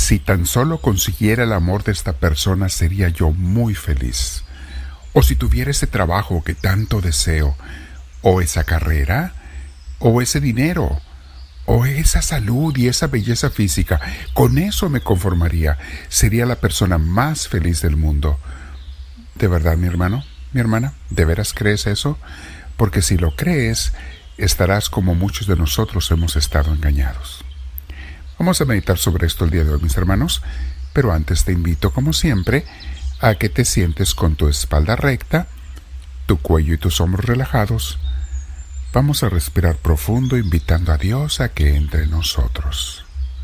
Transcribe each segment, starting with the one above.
Si tan solo consiguiera el amor de esta persona, sería yo muy feliz. O si tuviera ese trabajo que tanto deseo, o esa carrera, o ese dinero, o esa salud y esa belleza física, con eso me conformaría. Sería la persona más feliz del mundo. ¿De verdad, mi hermano, mi hermana? ¿De veras crees eso? Porque si lo crees, estarás como muchos de nosotros hemos estado engañados. Vamos a meditar sobre esto el día de hoy, mis hermanos, pero antes te invito, como siempre, a que te sientes con tu espalda recta, tu cuello y tus hombros relajados. Vamos a respirar profundo, invitando a Dios a que entre en nosotros.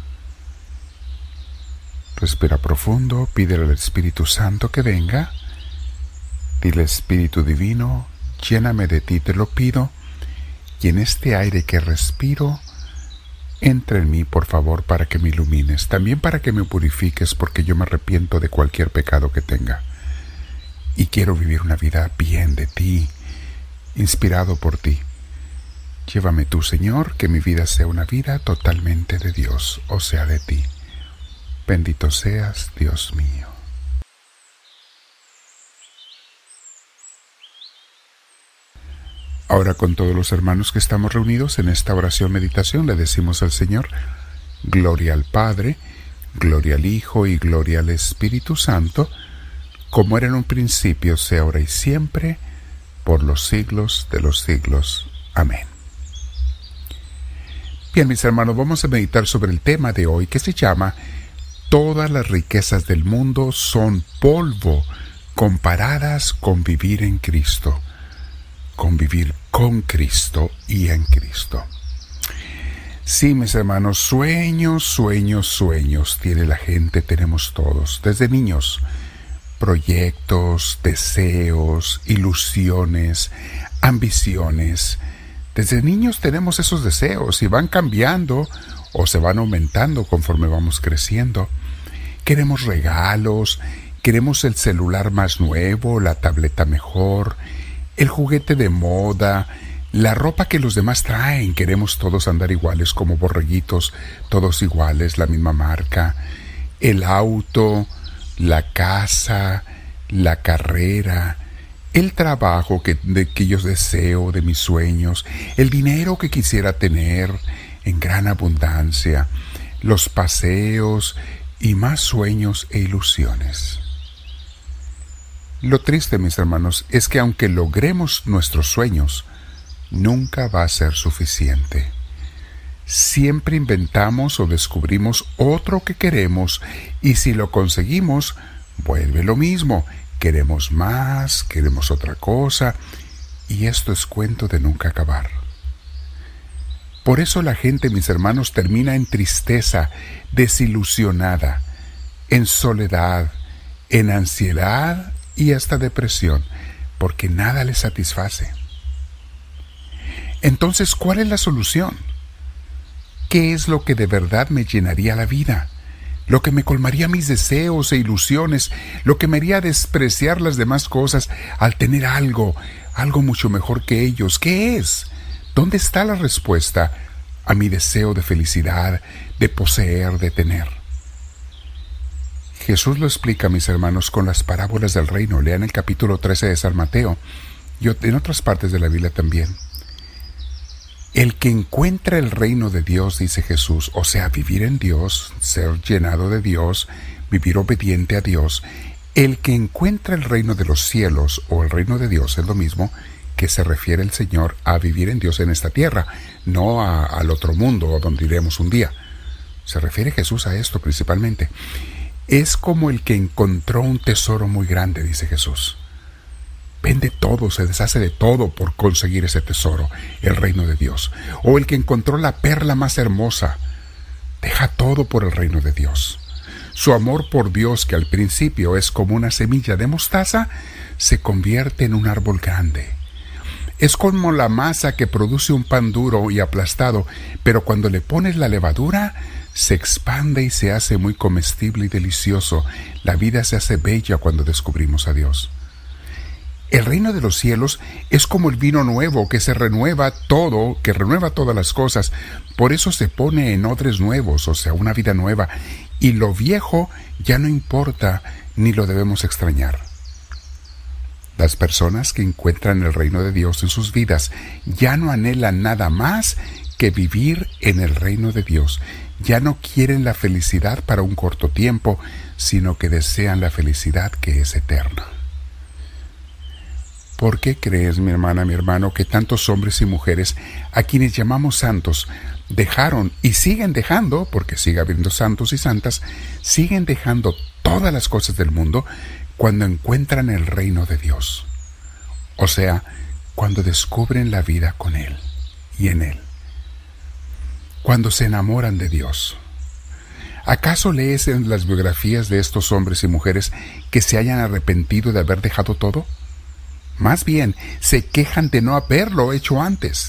Respira profundo, pídele al Espíritu Santo que venga. Dile, Espíritu Divino, lléname de ti, te lo pido, y en este aire que respiro, entra en mí, por favor, para que me ilumines, también para que me purifiques, porque yo me arrepiento de cualquier pecado que tenga. Y quiero vivir una vida bien de ti, inspirado por ti. Llévame tú, Señor, que mi vida sea una vida totalmente de Dios, o sea, de ti. Bendito seas, Dios mío. Ahora, con todos los hermanos que estamos reunidos en esta oración meditación, le decimos al Señor: gloria al Padre, gloria al Hijo y gloria al Espíritu Santo, como era en un principio, sea ahora y siempre, por los siglos de los siglos. Amén. Bien, mis hermanos, vamos a meditar sobre el tema de hoy, que se llama Todas las riquezas del mundo son polvo comparadas con vivir en Cristo. Convivir con Cristo y en Cristo. Sí, mis hermanos, sueños tiene la gente, tenemos todos, desde niños. Proyectos, deseos, ilusiones, ambiciones. Desde niños tenemos esos deseos y van cambiando o se van aumentando conforme vamos creciendo. Queremos regalos, queremos el celular más nuevo, la tableta mejor, el juguete de moda, la ropa que los demás traen. Queremos todos andar iguales como borreguitos, todos iguales, la misma marca. El auto, la casa, la carrera, el trabajo que yo deseo, de mis sueños, el dinero que quisiera tener en gran abundancia, los paseos y más sueños e ilusiones. Lo triste, mis hermanos, es que aunque logremos nuestros sueños, nunca va a ser suficiente. Siempre inventamos o descubrimos otro que queremos, y si lo conseguimos, vuelve lo mismo. Queremos más, queremos otra cosa, y esto es cuento de nunca acabar. Por eso la gente, mis hermanos, termina en tristeza, desilusionada, en soledad, en ansiedad y hasta depresión, porque nada les satisface. Entonces, ¿cuál es la solución? ¿Qué es lo que de verdad me llenaría la vida? Lo que me colmaría mis deseos e ilusiones, lo que me haría despreciar las demás cosas al tener algo mucho mejor que ellos. ¿Qué es? ¿Dónde está la respuesta a mi deseo de felicidad, de poseer, de tener? Jesús lo explica, mis hermanos, con las parábolas del reino. Lean el capítulo 13 de San Mateo y en otras partes de la Biblia también. El que encuentra el reino de Dios, dice Jesús, o sea, vivir en Dios, ser llenado de Dios, vivir obediente a Dios, el que encuentra el reino de los cielos o el reino de Dios es lo mismo que se refiere el Señor a vivir en Dios en esta tierra, no al otro mundo a donde iremos un día. Se refiere Jesús a esto principalmente. Es como el que encontró un tesoro muy grande, dice Jesús. Vende todo, se deshace de todo por conseguir ese tesoro, el reino de Dios. O el que encontró la perla más hermosa, deja todo por el reino de Dios. Su amor por Dios, que al principio es como una semilla de mostaza, se convierte en un árbol grande. Es como la masa que produce un pan duro y aplastado, pero cuando le pones la levadura, se expande y se hace muy comestible y delicioso. La vida se hace bella cuando descubrimos a Dios. El reino de los cielos es como el vino nuevo que se renueva todo, que renueva todas las cosas. Por eso se pone en odres nuevos, o sea, una vida nueva. y lo viejo ya no importa ni lo debemos extrañar. Las personas que encuentran el reino de Dios en sus vidas ya no anhelan nada más que vivir en el reino de Dios. Ya no quieren la felicidad para un corto tiempo, sino que desean la felicidad que es eterna. ¿Por qué crees, mi hermana, mi hermano, que tantos hombres y mujeres a quienes llamamos santos dejaron y siguen dejando, porque sigue habiendo santos y santas, siguen dejando todas las cosas del mundo cuando encuentran el reino de Dios? O sea, cuando descubren la vida con Él y en Él. Cuando se enamoran de Dios. ¿Acaso lees en las biografías de estos hombres y mujeres que se hayan arrepentido de haber dejado todo? Más bien, se quejan de no haberlo hecho antes.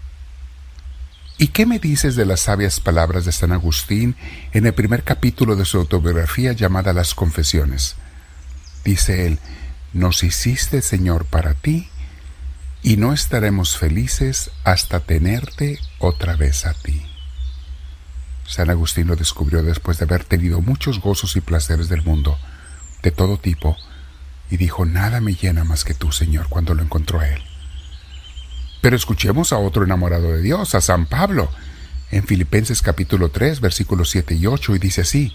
¿Y qué me dices de las sabias palabras de San Agustín en el primer capítulo de su autobiografía llamada Las Confesiones? Dice él: «Nos hiciste, Señor, para ti, y no estaremos felices hasta tenerte otra vez a ti». San Agustín lo descubrió después de haber tenido muchos gozos y placeres del mundo, de todo tipo, y dijo: «Nada me llena más que tú, Señor», cuando lo encontró a Él. Pero escuchemos a otro enamorado de Dios, a San Pablo, en Filipenses capítulo 3, versículos 7 y 8, y dice así.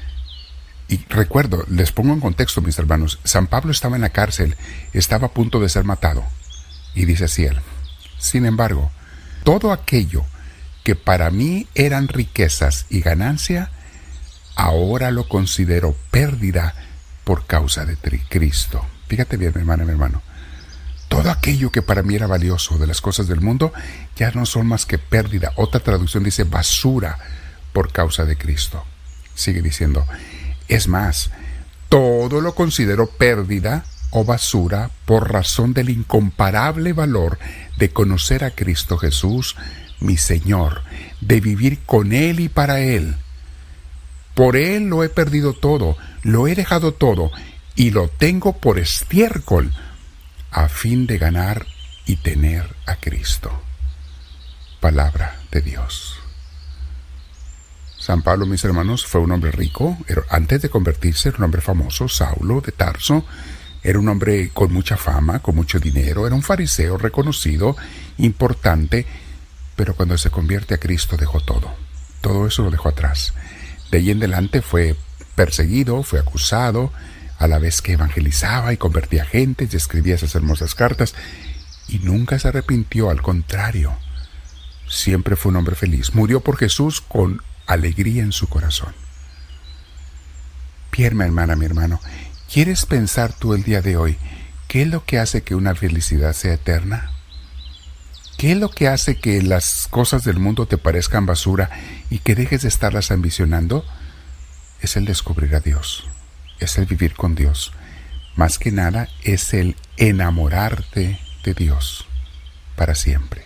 Y recuerdo, les pongo en contexto, mis hermanos, San Pablo estaba en la cárcel, estaba a punto de ser matado, y dice así él: «Sin embargo, todo aquello que para mí eran riquezas y ganancia, ahora lo considero pérdida por causa de Cristo». Fíjate bien, mi hermana, mi hermano. Todo aquello que para mí era valioso de las cosas del mundo ya no son más que pérdida. Otra traducción dice basura por causa de Cristo. Sigue diciendo: «Es más, todo lo considero pérdida o basura por razón del incomparable valor de conocer a Cristo Jesús, mi Señor, de vivir con Él y para Él. Por Él lo he perdido todo, lo he dejado todo, y lo tengo por estiércol, a fin de ganar y tener a Cristo». Palabra de Dios. San Pablo, mis hermanos, fue un hombre rico. Antes de convertirse, era un hombre famoso. Saulo de Tarso era un hombre con mucha fama, con mucho dinero. Era un fariseo reconocido, importante. Pero cuando se convierte a Cristo dejó todo. Todo eso lo dejó atrás. De ahí en adelante fue perseguido, fue acusado, a la vez que evangelizaba y convertía gente y escribía esas hermosas cartas. Y nunca se arrepintió, al contrario. Siempre fue un hombre feliz. Murió por Jesús con alegría en su corazón. Bien, mi hermana, mi hermano, ¿quieres pensar tú el día de hoy qué es lo que hace que una felicidad sea eterna? ¿Qué es lo que hace que las cosas del mundo te parezcan basura y que dejes de estarlas ambicionando? Es el descubrir a Dios, es el vivir con Dios. Más que nada es el enamorarte de Dios para siempre.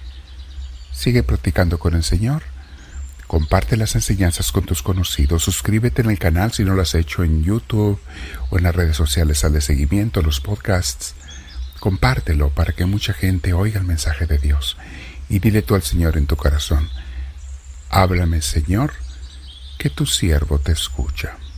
Sigue practicando con el Señor. Comparte las enseñanzas con tus conocidos. Suscríbete en el canal si no lo has hecho en YouTube o en las redes sociales al de seguimiento, los podcasts. Compártelo para que mucha gente oiga el mensaje de Dios. Y dile tú al Señor en tu corazón: «Háblame, Señor, que tu siervo te escucha».